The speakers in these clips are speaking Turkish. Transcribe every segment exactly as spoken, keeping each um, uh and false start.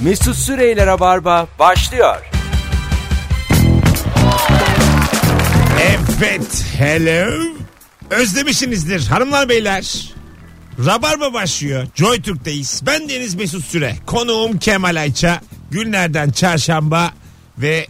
Mesut Süreyler'e Barba başlıyor. Evet, hello. Özlemişsinizdir hanımlar beyler. Rabarba başlıyor. Joy Türk'teyiz. Ben Deniz Mesut Süre. Konuğum Kemal Ayça. Günlerden çarşamba ve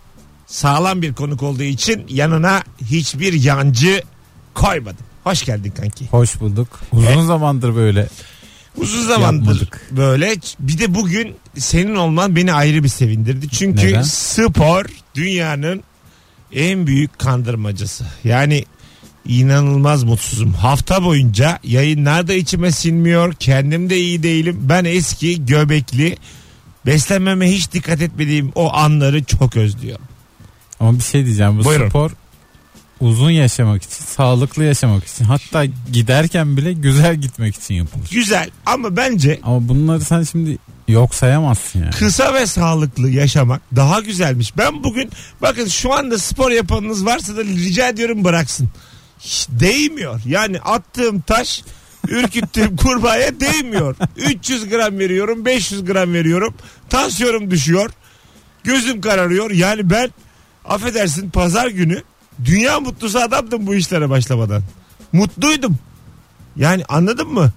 sağlam bir konuk olduğu için yanına hiçbir yancı koymadım. Hoş geldin kanki. Hoş bulduk. Uzun evet. zamandır böyle. Uzun zamandır yapmadık. Böyle. Bir de bugün senin olman beni ayrı bir sevindirdi. Çünkü neden? Spor dünyanın en büyük kandırmacası. Yani inanılmaz mutsuzum. Hafta boyunca yayınlarda içime sinmiyor. Kendim de iyi değilim. Ben eski göbekli, beslenmeme hiç dikkat etmediğim o anları çok özlüyorum. Ama bir şey diyeceğim. Bu Buyurun. Spor uzun yaşamak için, sağlıklı yaşamak için, hatta giderken bile güzel gitmek için yapılır. Güzel ama bence... Ama bunları sen şimdi yok sayamazsın yani. Kısa ve sağlıklı yaşamak daha güzelmiş. Ben bugün bakın şu anda spor yapanınız varsa da rica ediyorum bıraksın. Hiç değmiyor. Yani attığım taş ürküttüğüm kurbağaya değmiyor. üç yüz gram veriyorum, beş yüz gram veriyorum. Tansiyonum düşüyor. Gözüm kararıyor. Yani ben affedersin pazar günü dünya mutlusu adamdım bu işlere başlamadan. Mutluydum. Yani anladın mı?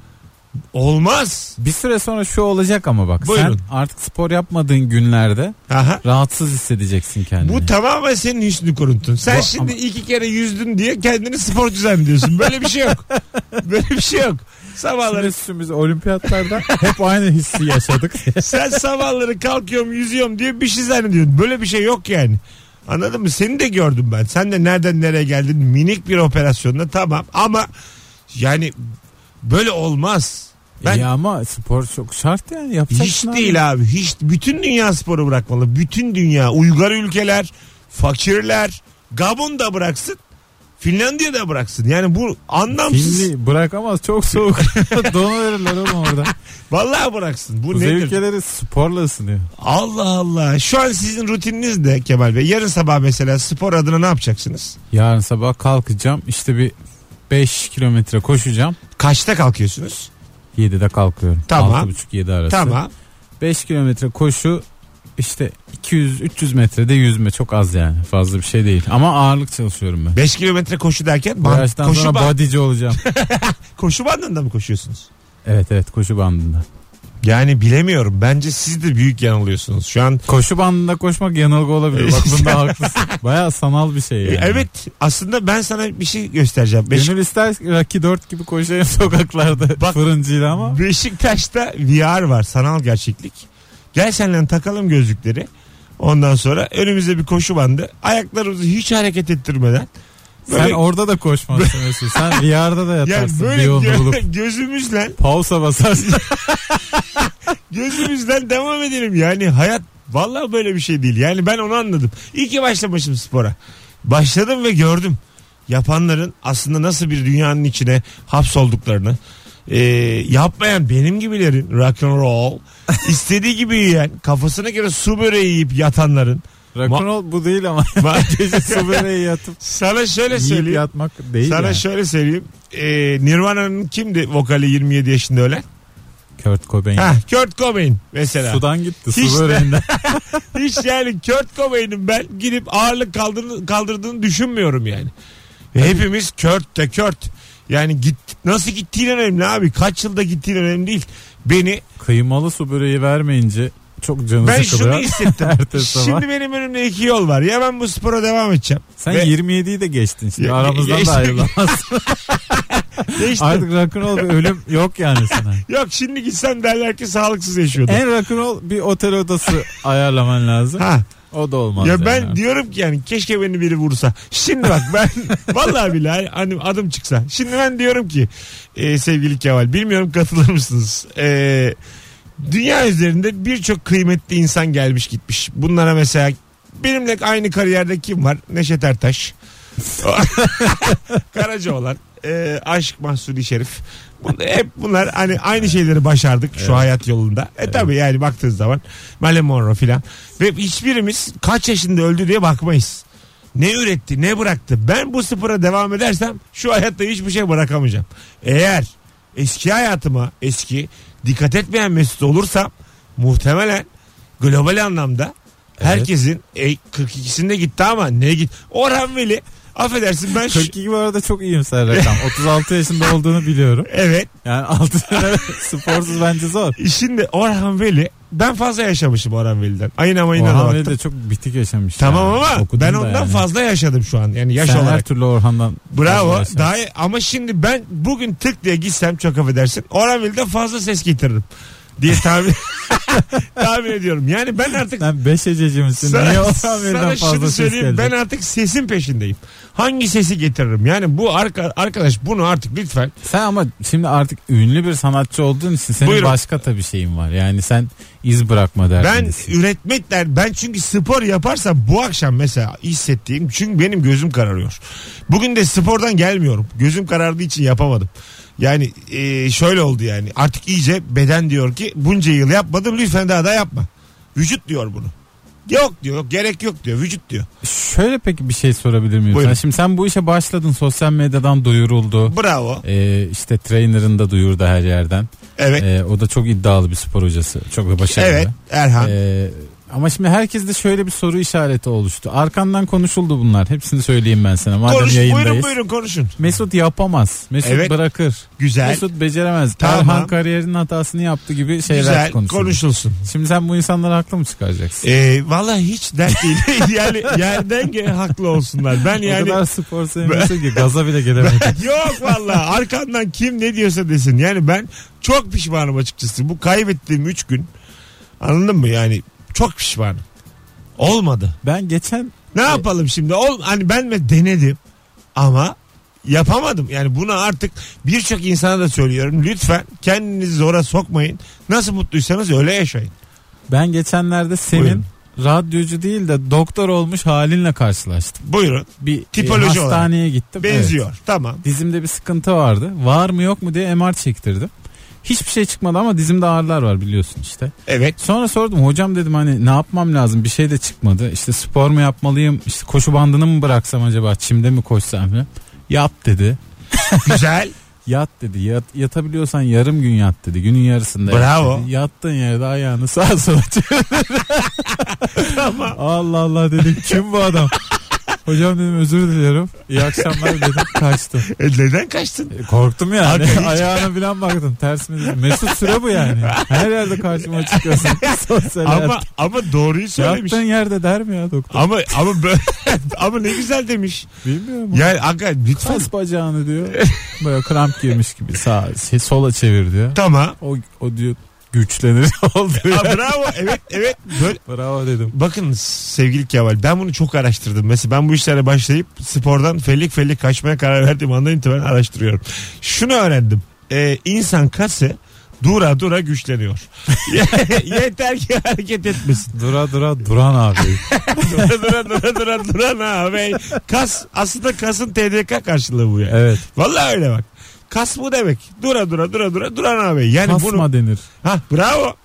Olmaz. Bir süre sonra şu olacak ama bak. Buyurun. Sen artık spor yapmadığın günlerde Aha. rahatsız hissedeceksin kendini. Bu tamamen senin hüsnü kuruntun. Sen Bu, şimdi ama... iki kere yüzdün diye kendini sporcu zannediyorsun. Böyle bir şey yok. Böyle bir şey yok. Sabahları... Şimdi biz olimpiyatlarda hep aynı hissi yaşadık. Sen sabahları kalkıyorum yüzüyorum diye bir şey zannediyorsun. Böyle bir şey yok yani. Anladın mı? Seni de gördüm ben. Sen de nereden nereye geldin minik bir operasyonda, tamam ama yani böyle olmaz. Ben, ya ama spor çok şart yani, yapacaksın. Hiç abi. Değil abi. Hiç, bütün dünya sporu bırakmalı. Bütün dünya. Uygar ülkeler, fakirler, Gabon da bıraksın. Finlandiya da bıraksın. Yani bu anlamsız. Finli bırakamaz, çok soğuk. Donu verirler oğlum orada. Vallahi bıraksın. Bu Kuzey nedir? Ülkeleri sporla ısınıyor. Allah Allah. Şu an sizin rutininiz ne Kemal Bey? Yarın sabah mesela spor adına ne yapacaksınız? Yarın sabah kalkacağım. İşte bir beş kilometre koşacağım. Kaçta kalkıyorsunuz? yedide kalkıyorum. Tamam. altı buçuk yedi arası. Tamam. beş kilometre koşu, işte iki yüz üç yüz metrede yüzme, çok az yani. Fazla bir şey değil. Ama ağırlık çalışıyorum ben. beş kilometre koşu derken? Bu yaştan koşu sonra band... bodyci olacağım. Koşu bandında mı koşuyorsunuz? Evet evet, koşu bandında. Yani bilemiyorum. Bence siz de büyük yanılıyorsunuz. Şu an koşu bandında koşmak yanılgı olabilir. Bak bunda haklısın. Bayağı sanal bir şey yani. Evet. Aslında ben sana bir şey göstereceğim. Beşik... Gönül ister Rocky dört gibi koşayım sokaklarda. Bak, fırıncıyla ama. Beşiktaş'ta V R var. Sanal gerçeklik. Gel seninle takalım gözlükleri. Ondan sonra önümüze bir koşu bandı. Ayaklarımızı hiç hareket ettirmeden. Böyle... Sen orada da koşmazsın mesela. Sen V R'da da yatarsın. Yani böyle gö- gözümüzle pausa basarsın. Gözümüzden devam edelim. Yani hayat vallahi böyle bir şey değil. Yani ben onu anladım. İyi ki başlamışım spora. Başladım ve gördüm. Yapanların aslında nasıl bir dünyanın içine hapsolduklarını. Ee, yapmayan benim gibilerin rock and roll istediği gibi yiyen, kafasına göre su böreği yiyip yatanların. Rock'n'roll bu değil ama. Gece su böreği yatıp sana şöyle söyleyeyim. Yatmak değil sana yani. şöyle söyleyeyim. Ee, Nirvana'nın kimdi vokali yirmi yedi yaşında ölen? Kurt Cobain. Ha, Kurt Cobain mesela. Sudan gitti, hiç su böreğinden. Hiç yani Kurt Cobain'in ben gidip ağırlık kaldırdığını, kaldırdığını düşünmüyorum yani. Ve hepimiz Kurt de Kurt. Yani git, nasıl gittiğin önemli abi. Kaç yılda gittiğin önemli değil. Beni kıymalı su böreği vermeyince çok canı ben sıkılıyor. Ben şunu hissettim. Şimdi benim önümde iki yol var. Ya ben bu spora devam edeceğim. Sen Ve... yirmi yediyi de geçtin. Şimdi ya, aramızdan geçtim. da ayrılamazsın. Artık rock'n'roll bir ölüm yok yani sana. Yok, şimdi gitsem derler ki sağlıksız yaşıyordu. En rock'n'roll bir otel odası ayarlaman lazım. Ha. O da olmaz. Ya yani. Ben diyorum ki yani keşke beni biri vursa. Şimdi bak ben vallahi billahi hani adım çıksa. Şimdi ben diyorum ki e, sevgili Kemal, bilmiyorum katılır mısınız? E, dünya üzerinde birçok kıymetli insan gelmiş gitmiş. Bunlara mesela benimle aynı kariyerde kim var? Neşet Ertaş. Karacaoğlan. E, Aşk Mahsuni Şerif. Hep bunlar hani aynı şeyleri başardık evet. Şu hayat yolunda. E evet. Tabii yani baktığınız zaman Marilyn Monroe filan. Ve hiçbirimiz kaç yaşında öldü diye bakmayız. Ne üretti, ne bıraktı. Ben bu spora devam edersem şu hayatta hiçbir şey bırakamayacağım. Eğer eski hayatıma, eski dikkat etmeyen Mesut olursam muhtemelen global anlamda Evet. herkesin e, kırk ikisinde gitti ama ne git. Orhan Veli, affedersin ben şu... kırk iki bu arada çok iyimser rakam. otuz altı yaşında olduğunu biliyorum. Evet. Yani altı sene sporsuz bence zor. Şimdi Orhan Veli, ben fazla yaşamışım Orhan Veli'den. Ayına mayına da Orhan baktım. Veli de çok bitik yaşamış. Tamam yani. ama Okudum ben da ondan yani. fazla yaşadım şu an. Yani yaş Sen olarak. her türlü Orhan'dan Bravo. fazla yaşarsın. Daha iyi. Ama şimdi ben bugün tık diye gitsem, çok affedersin, Orhan Veli'den fazla ses getiririm diye tahmin tahmin ediyorum. Yani ben artık Sen beş ececi misin? sana, Niye Orhan sana Veli'den şunu fazla ses söyleyeyim, gelecek? ben artık sesin peşindeyim. Hangi sesi getiririm? Yani bu arka, arkadaş bunu artık lütfen. Sen ama şimdi artık ünlü bir sanatçı olduğun için senin Buyurun. başka tabii şeyin var. Yani sen iz bırakma Ben derdindesin. üretmekler, ben çünkü spor yaparsam bu akşam mesela hissettiğim, çünkü benim gözüm kararıyor. Bugün de spordan gelmiyorum. Gözüm karardığı için yapamadım. Yani e, şöyle oldu yani. Artık iyice beden diyor ki bunca yıl yapmadım, lütfen daha da yapma. Vücut diyor bunu. Yok diyor, yok, gerek yok diyor, vücut diyor. Şöyle peki bir şey sorabilir miyim? Buyurun. Sen şimdi sen bu işe başladın, sosyal medyadan duyuruldu. Bravo. Ee, işte trainer'ın da duyurdu her yerden. Evet. Ee, o da çok iddialı bir spor hocası. Çok da başarılı. Evet Erhan. Ee, ama şimdi herkeste şöyle bir soru işareti oluştu. Arkandan konuşuldu bunlar. Hepsini söyleyeyim ben sana. Madem Konuş, yayındayız. buyurun buyurun konuşun. Mesut yapamaz. Mesut Evet. bırakır. Güzel. Mesut beceremez. Tamam. Erhan kariyerinin hatasını yaptı gibi şeyler Güzel konuşuldu. konuşulsun. Şimdi sen bu insanları haklı mı çıkaracaksın? Ee, Valla hiç dert değil. Yani yerden ge- haklı olsunlar. Ben O yani... kadar spor sevmiyorsun ki gaza bile gelemedin. Yok valla, arkandan kim ne diyorsa desin. Yani ben çok pişmanım açıkçası. Bu kaybettiğim üç gün, anladın mı yani, çok pişmanım. Olmadı. Ben geçen Ne yapalım şimdi? Ol, hani ben mi denedim ama yapamadım. Yani bunu artık birçok insana da söylüyorum. Lütfen kendinizi zora sokmayın. Nasıl mutluysanız öyle yaşayın. ben geçenlerde senin Buyurun. radyocu değil de doktor olmuş halinle karşılaştım. Buyurun. Bir Tipoloji e, hastaneye gittim. Benziyor. Evet. Tamam. Dizimde bir sıkıntı vardı. Var mı yok mu diye M R çektirdim. Hiçbir şey çıkmadı ama dizimde ağrılar var biliyorsun işte. Evet. Sonra sordum, hocam dedim hani ne yapmam lazım, bir şey de çıkmadı. İşte spor mu yapmalıyım, işte koşu bandını mı bıraksam acaba, çimde mi koşsam falan. Yap dedi. Güzel. Yat dedi. Yat, yatabiliyorsan yarım gün yat dedi. Günün yarısında Bravo. yat dedi. Yattığın yerde ayağını sağa sola çevir. Tamam. Allah Allah dedim, kim bu adam? Hocam dedim özür diliyorum. İyi akşamlar dedim, kaçtım. E neden kaçtın? E, korktum yani. Hakikaten hiç- Ayağına falan baktım. Ters mi dedim. Mesut Süre bu yani. Her yerde karşıma çıkıyorsun. Sosyal Ama hayatta. ama doğruyu söylemiş. Yattığın yerde der mi ya doktor? Ama ama böyle, ama ne güzel demiş. Bilmiyorum. Yani aga lütfen. Kas bacağını diyor. Böyle kramp girmiş gibi sağa şey, sola çevir diyor. Tamam. O, o diyor güçlenir oldu. Aa, bravo. Evet evet. Böyle. Bravo dedim. Bakın sevgili Kemal, ben bunu çok araştırdım. Mesela ben bu işlere başlayıp spordan fellik fellik kaçmaya karar verdiğim andan itibaren araştırıyorum. Şunu öğrendim. Ee, insan kası dura dura güçleniyor. Yeter ki hareket etmesin. Dura dura duran abi. Dura dura dura dura duran abi. Kas aslında kasın T D K karşılığı bu yani. Evet. Vallahi öyle bak. Kas bu demek. Dura dura dura dura duran abi. Yani Kasma bunu... denir. Ha bravo.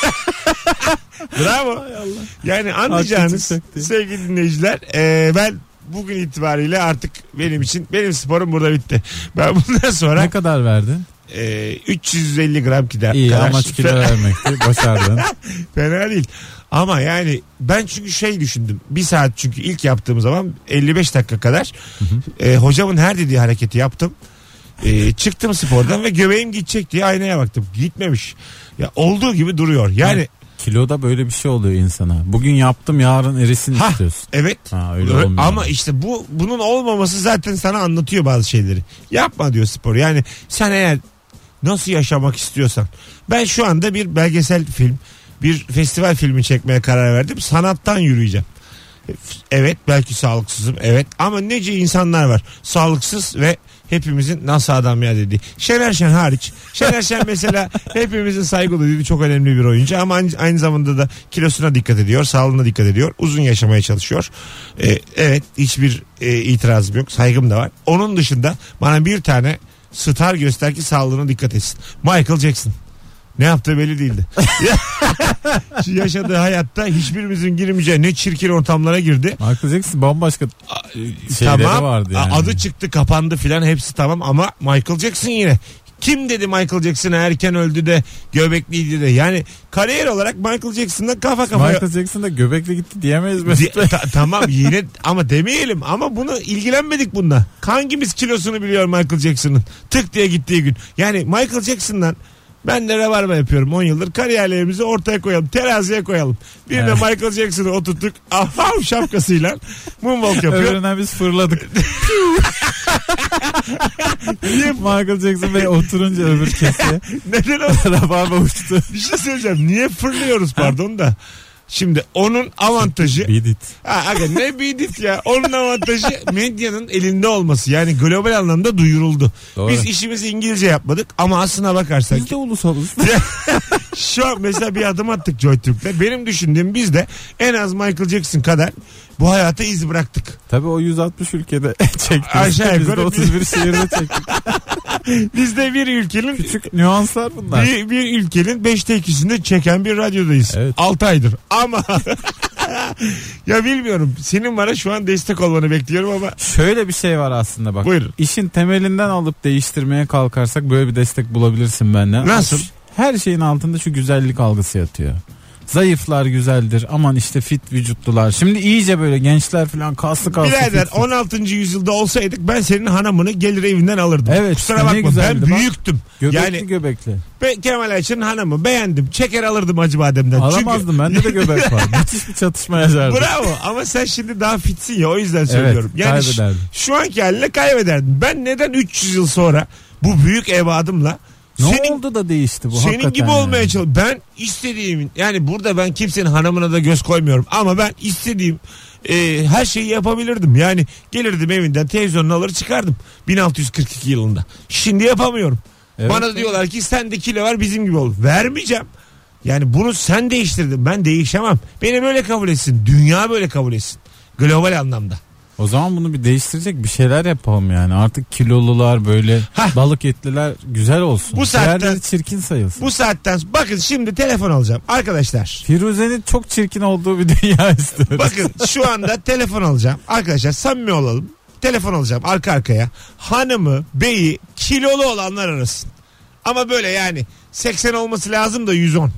Bravo. Yani anlayacağınız Hakikaten sevgili dinleyiciler, e, ben bugün itibariyle artık benim için benim sporum burada bitti. Ben bundan sonra Ne kadar verdin? e, üç yüz elli gram gider. İyi, kadar. amaç kilo vermekti. Başardın. Fena değil. Ama yani ben çünkü şey düşündüm. Bir saat, çünkü ilk yaptığım zaman elli beş dakika kadar e, hocamın her dediği hareketi yaptım. E, çıktım spordan ve göbeğim gidecek diye aynaya baktım. Gitmemiş. Ya olduğu gibi duruyor. Yani Kiloda böyle bir şey oluyor insana. Bugün yaptım, yarın erisin ha, istiyorsun. evet. Ha, öyle Öyle- olmuyor. ama işte bu bunun olmaması zaten sana anlatıyor bazı şeyleri. Yapma diyor spor. Yani sen eğer nasıl yaşamak istiyorsan. Ben şu anda bir belgesel film, bir festival filmi çekmeye karar verdim. Sanattan yürüyeceğim. Evet, belki sağlıksızım, evet, ama nece insanlar var sağlıksız ve hepimizin nasıl adam ya dediği. Şener Şen hariç. Şener Şen mesela hepimizin saygı duyduğu çok önemli bir oyuncu ama aynı zamanda da kilosuna dikkat ediyor, sağlığına dikkat ediyor, uzun yaşamaya çalışıyor. Ee, evet, hiçbir e, itirazım yok, saygım da var. Onun dışında bana bir tane star göster ki sağlığına dikkat etsin. Michael Jackson. Ne yaptığı belli değildi. Şu yaşadığı hayatta hiçbirimizin girmeyeceği ne çirkin ortamlara girdi. Michael Jackson bambaşka şeyleri Tamam. vardı yani. Adı çıktı, kapandı filan, hepsi tamam ama Michael Jackson yine Kim dedi Michael Jackson'a erken öldü de göbekliydi de. Yani kariyer olarak Michael Jackson'la kafa kafaya. Michael Jackson'da göbekli gitti diyemeyiz Mesut Bey. Ta- tamam yine ama demeyelim ama bunu ilgilenmedik bununla. Hangimiz kilosunu biliyor Michael Jackson'ın tık diye gittiği gün. Yani Michael Jackson'dan ben de rabarba yapıyorum on yıldır. Kariyerlerimizi ortaya koyalım. Teraziye koyalım. Bir evet. de Michael Jackson'ı oturttuk. Aha şapkasıyla moonwalk yapıyor. Öbürüne biz fırladık. Niye? Michael Jackson Bey oturunca öbür kesiye. Neden o? Rabarba uçtu. Bir şey söyleyeceğim. Niye fırlıyoruz pardon da. Şimdi onun avantajı Bidit. Ha, aga ne bidit ya. Onun avantajı medyanın elinde olması. Yani global anlamda duyuruldu. Doğru. Biz işimizi İngilizce yapmadık ama aslına bakarsak. Biz de ulusalız. Şu an mesela bir adım attık JoyTürk'le. Benim düşündüğüm biz de en az Michael Jackson kadar bu hayata iz bıraktık. Tabii o yüz altmış ülkede çektik. Aşağı yukarı. Biz de otuz bir şehirde çektik. Biz de bir ülkenin küçük nüanslar bunlar. Bir, bir ülkenin beşte ikisinde çeken bir radyodayız. Evet. altı aydır. Ama ya bilmiyorum. Senin bana şu an destek olmanı bekliyorum ama. Şöyle bir şey var aslında bak. Buyurun. İşin temelinden alıp değiştirmeye kalkarsak böyle bir destek bulabilirsin benden. Nasıl? Her şeyin altında şu güzellik algısı yatıyor. Zayıflar güzeldir. Aman işte fit vücutlular. Şimdi iyice böyle gençler falan kaslı kaslı. Birader on altıncı yüzyılda olsaydık ben senin hanımını gelir evinden alırdım. Evet. Kusura bakma ben büyüktüm. Göbekli yani, göbekli. Ben Kemal Ayça'nın hanımı beğendim. Çeker alırdım Acıbadem'den. Alamazdım. Çünkü... Bende de göbek var. Müthiş bir çatışma yaşardım. Bravo ama sen şimdi daha fitsin ya o yüzden söylüyorum. Evet, yani şu, şu anki haline kaybederdim. Ben neden üç yüz yıl sonra bu büyük evadımla ne senin, oldu da değişti bu senin hakikaten. Senin gibi yani. olmaya çalışıyorum. Ben istediğim yani burada ben kimsenin hanımına da göz koymuyorum ama ben istediğim e, her şeyi yapabilirdim. Yani gelirdim evinden televizyonunu alır çıkardım bin altı yüz kırk iki yılında. Şimdi yapamıyorum. Evet, bana da diyorlar ki sen de kilo var bizim gibi ol. Vermeyeceğim. Yani bunu sen değiştirdin ben değişemem. Beni böyle kabul etsin. Dünya böyle kabul etsin. Global anlamda. O zaman bunu bir değiştirecek bir şeyler yapalım yani. Artık kilolular böyle Hah. balık etliler güzel olsun. Bu saatten çirkin sayılsın. Bu saatten bakın şimdi telefon alacağım arkadaşlar. Firuze'nin çok çirkin olduğu bir dünya istiyoruz. Bakın şu anda telefon alacağım. Arkadaşlar samimi olalım. Telefon alacağım arka arkaya. Hanımı, beyi kilolu olanlar arasın. Ama böyle yani seksen olması lazım da yüz on.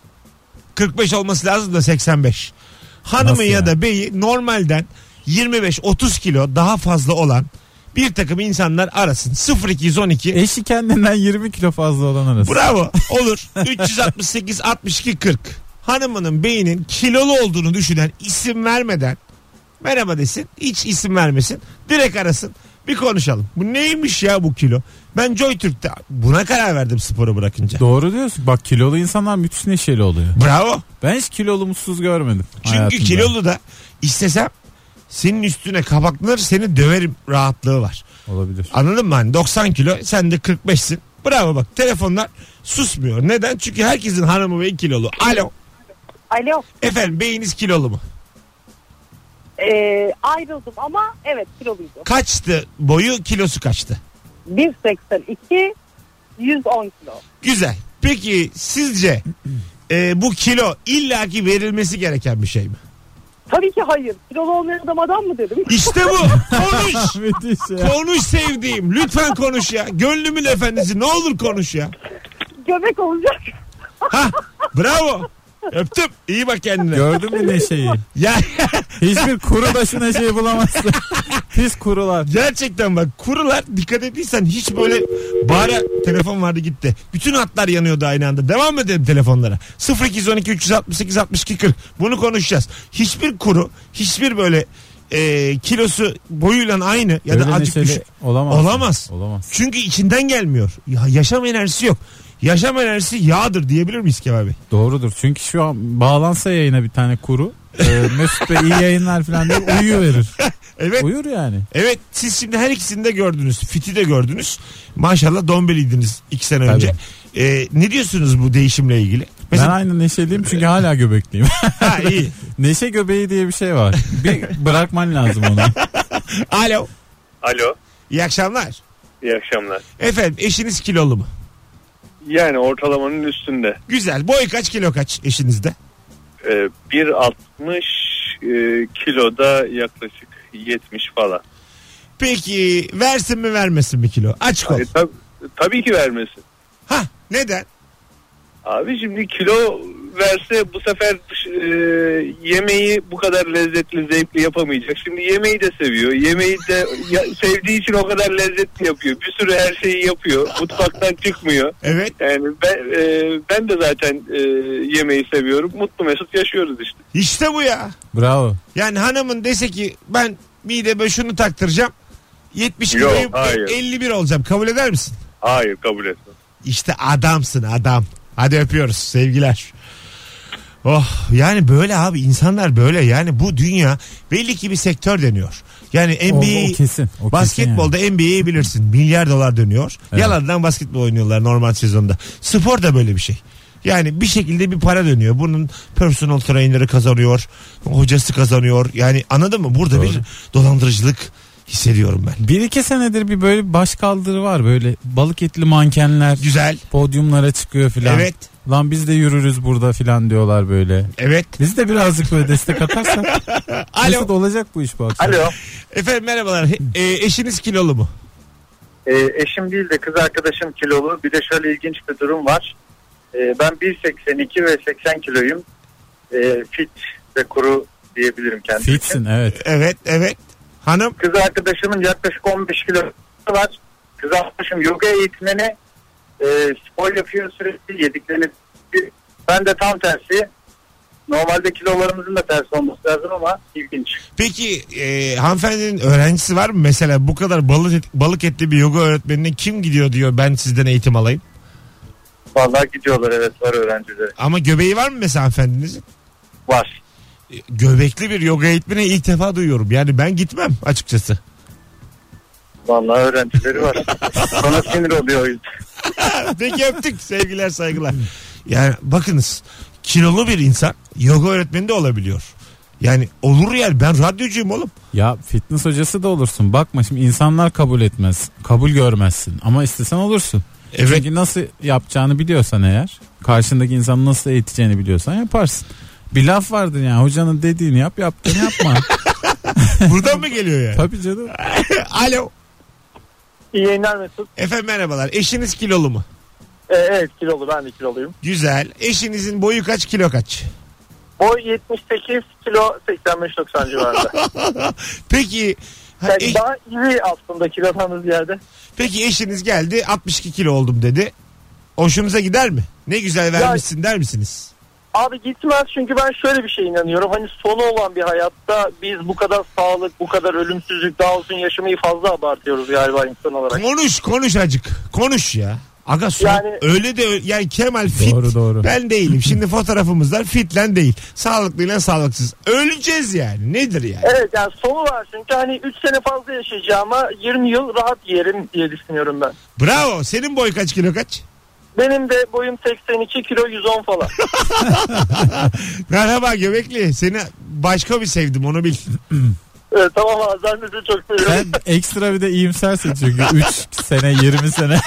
kırk beş olması lazım da seksen beş. Hanımı Nasıl ya yani? Da beyi normalden yirmi beş otuz kilo daha fazla olan bir takım insanlar arasın. sıfır iki on iki Eşi kendinden yirmi kilo fazla olan arasın. Bravo. Olur. üç yüz altmış sekiz altmış iki kırk Hanımının beyinin kilolu olduğunu düşünen isim vermeden merhaba desin. Hiç isim vermesin. Direkt arasın. Bir konuşalım. Bu neymiş ya bu kilo? Ben JoyTürk'te buna karar verdim sporu bırakınca. Doğru diyorsun. Bak kilolu insanlar müthiş neşeli oluyor. Bravo. Ben hiç kilolu mutsuz görmedim. Çünkü hayatımda. Kilolu da istesem senin üstüne kapaklanır seni döverim rahatlığı var. Olabilir. Anladın mı? Hani doksan kilo sen de kırk beşsin. Bravo bak telefonlar susmuyor. Neden? Çünkü herkesin hanımı beyi kilolu. Alo. Alo. Efendim beyiniz kilolu mu? Ee, ayrıldım ama evet kiloluydu. Kaçtı boyu kilosu kaçtı? bir seksen iki yüz on kilo. Güzel. Peki sizce e, bu kilo illaki verilmesi gereken bir şey mi? Tabii ki hayır. Kilolu olmayan adam adam mı dedim. İşte bu. Konuş. Konuş sevdiğim. Lütfen konuş ya. Gönlümün efendisi ne olur konuş ya. Göbek olacak. Ha, bravo. Öptüm. İyi bak kendine. Gördün mü Neşe'yi? Ya. Hiçbir kuru da şu Neşe'yi bulamazsın. Pis kurular. Gerçekten bak kurular dikkat ettiysen hiç böyle bağıra telefon vardı gitti. Bütün hatlar yanıyordu aynı anda. Devam edelim telefonlara. sıfır iki on iki üç altı sekiz altmış iki kırk Bunu konuşacağız. Hiçbir kuru, hiçbir böyle e, kilosu boyuyla aynı ya Öyle da azıcık düşük. Olamaz. Olamaz. Olamaz. Çünkü içinden gelmiyor. Ya, yaşam enerjisi yok. Yaşam enerjisi yağdır diyebilir miyiz Kemal Bey? Doğrudur. Çünkü şu an bağlansa yayına bir tane kuru. E, Mesut Bey iyi yayınlar falan diye uyuverir. Evet. Uyur yani. Evet siz şimdi her ikisini de gördünüz. Fit'i de gördünüz. Maşallah dombeliydiniz iki sene Tabii. önce. Ee, ne diyorsunuz bu değişimle ilgili? Mesela... Ben aynı neşeliyim çünkü hala göbekliyim. Ha iyi. Neşe göbeği diye bir şey var. Bir bırakman lazım onu. Alo. Alo. İyi akşamlar. İyi akşamlar. Efendim eşiniz kilolu mu? Yani ortalamanın üstünde. Güzel. Boy kaç kilo kaç eşinizde? Ee, bir altmış e, kiloda yaklaşık yetmiş falan. Peki versin mi vermesin mi kilo? Açık ol. E, tab- tabii ki vermesin. Hah, neden? Abi şimdi kilo verse bu sefer e, yemeği bu kadar lezzetli, zevkli yapamayacak. Şimdi yemeği de seviyor. Yemeği de ya, sevdiği için o kadar lezzetli yapıyor. Bir sürü her şeyi yapıyor. Mutfaktan çıkmıyor. Evet. Yani ben, e, ben de zaten e, yemeği seviyorum. Mutlu mesut yaşıyoruz işte. İşte bu ya. Bravo. Yani hanımın dese ki ben mideme şunu taktıracağım. yetmiş Yok, kiloyum, hayır. elli bir olacağım. Kabul eder misin? Hayır, kabul etmem. İşte adamsın adam. Hadi öpüyoruz, sevgiler. Oh, yani böyle abi, insanlar böyle. Yani bu dünya belli ki bir sektör dönüyor. Yani N B A, O, o kesin, o basketbolda kesin yani. N B A'yi bilirsin. Milyar dolar dönüyor. Evet. Yalandan basketbol oynuyorlar normal sezonda. Spor da böyle bir şey. Yani bir şekilde bir para dönüyor. Bunun personal trainer'ı kazanıyor. Hocası kazanıyor. Yani anladın mı? Burada Doğru. bir dolandırıcılık hissediyorum ben. Bir iki senedir bir böyle baş kaldırı var. Böyle balık etli mankenler Güzel. podyumlara çıkıyor filan. Evet. Lan biz de yürürüz burada filan diyorlar böyle. Evet. Biz de birazcık böyle destek atarsak. Alo. Nasıl olacak bu iş bu akşam? Alo. Efendim merhabalar. E, eşiniz kilolu mu? Ee, eşim değil de kız arkadaşım kilolu. Bir de şöyle ilginç bir durum var. Ee, ben bir seksen iki ve seksen kiloyum. Ee, fit ve kuru diyebilirim kendime. Fitsin, evet. Evet, evet. Hanım? Kız arkadaşımın yaklaşık on beş kilo var. Kız arkadaşım yoga eğitmeni. E, spor yapıyor sürekli, yediklerini. Ben de tam tersi. Normalde kilolarımızın da tersi olması lazım ama ilginç. Peki e, hanımefendinin öğrencisi var mı? Mesela bu kadar balık, et, balık etli bir yoga öğretmenine kim gidiyor diyor ben sizden eğitim alayım. Vallahi gidiyorlar, evet, var öğrencileri. Ama göbeği var mı mesela hanımefendinizin? Var. E, göbekli bir yoga eğitmeni ilk defa duyuyorum. Yani ben gitmem açıkçası. Vallahi öğrencileri var. Bana sinir oluyor o yüzden. Peki öptük. Sevgiler, saygılar. Yani bakınız, kilolu bir insan yoga öğretmeni de olabiliyor. Yani olur yani, ben radyocuyum oğlum. Ya fitness hocası da olursun. Bakma şimdi insanlar kabul etmez. Kabul görmezsin. Ama istesen olursun. Evet. Çünkü nasıl yapacağını biliyorsan eğer, karşındaki insanı nasıl eğiteceğini biliyorsan yaparsın. Bir laf vardır yani, hocanın dediğini yap, yaptığını yapma. Buradan mı geliyor yani? Tabii canım. Alo. İyi yayınlar Mesut. Efendim merhabalar. Eşiniz kilolu mu? Ee, evet kilolu, ben de kiloluyum. Güzel. Eşinizin boyu kaç, kilo kaç? Boy yetmiş sekiz, kilo seksen beş doksan civarında. Peki ha, Yani eş- daha iyi aslında kilodan ziyade. peki eşiniz geldi altmış iki kilo oldum dedi. Hoşunuza gider mi? Ne güzel vermişsin der misiniz? Abi gitmez, çünkü ben şöyle bir şey inanıyorum. Hani sonu olan bir hayatta biz bu kadar sağlık, bu kadar ölümsüzlük, daha uzun yaşamayı fazla abartıyoruz galiba insan olarak. Konuş konuş acık. Konuş ya. Aga son, Yani- öyle de öyle- yani Kemal fit. Doğru, doğru. Ben değilim. Şimdi fotoğrafımız var. Fitlen değil. Sağlıklıyla sağlıksız. Öleceğiz yani. Nedir yani? Evet, yani sonu var, çünkü hani üç sene fazla yaşayacağıma yirmi yıl rahat yerim diye düşünüyorum ben. Bravo. Senin boy kaç, kilo kaç? Benim de boyum seksen iki, kilo yüz on falan. Merhaba göbekli. Seni başka bir sevdim, onu bil. Evet, tamam abi, ben de sizi çok seviyorum. Sen ekstra bir de iyimsersin çünkü üç sene yirmi sene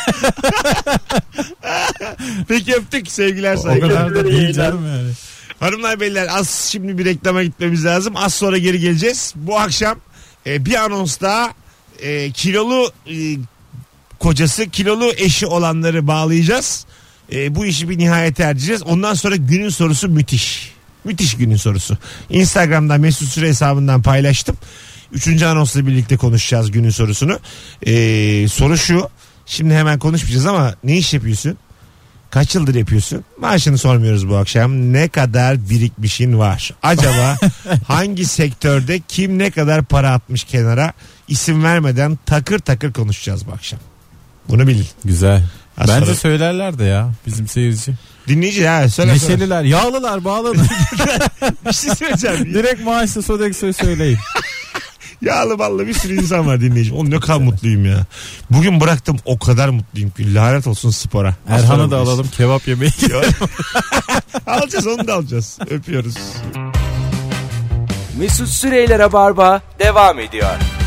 Peki öptük. Sevgiler, o saygılar. kadar da değil canım yani. Hanımlar beyler, az şimdi bir reklama gitmemiz lazım. Az sonra geri geleceğiz. Bu akşam e, bir anons daha, e, kilolu e, kocası, kilolu eşi olanları bağlayacağız. E, bu işi bir nihayete erdireceğiz. Ondan sonra günün sorusu müthiş. Müthiş günün sorusu. Instagram'dan Mesut Süre hesabından paylaştım. Üçüncü anonsla birlikte konuşacağız günün sorusunu. E, soru şu. Şimdi hemen konuşmayacağız ama ne iş yapıyorsun? Kaç yıldır yapıyorsun? Maaşını sormuyoruz bu akşam. Ne kadar birikmişin var? Acaba hangi sektörde kim ne kadar para atmış kenara? İsim vermeden takır takır konuşacağız bu akşam. Bunu bilin. Güzel. Az Bence sonra- söylerler de ya bizim seyirci. Dinleyici ha, söyle söyle. Neşeliler, yağlılar, bağlanın. Bir şey söyleyeceğim. Direkt maaşlı Sodexo'yu söyleyin. Yağlı ballı bir sürü insan var dinleyici. Oğlum ne kadar mutluyum ya. Bugün bıraktım, o kadar mutluyum ki. Lanet olsun spora. Az sonra Erhan'ı da buradayız. alalım, kebap yemeği. Alacağız, onu da alacağız. Öpüyoruz. Mesut Süreyler'e barba devam ediyor.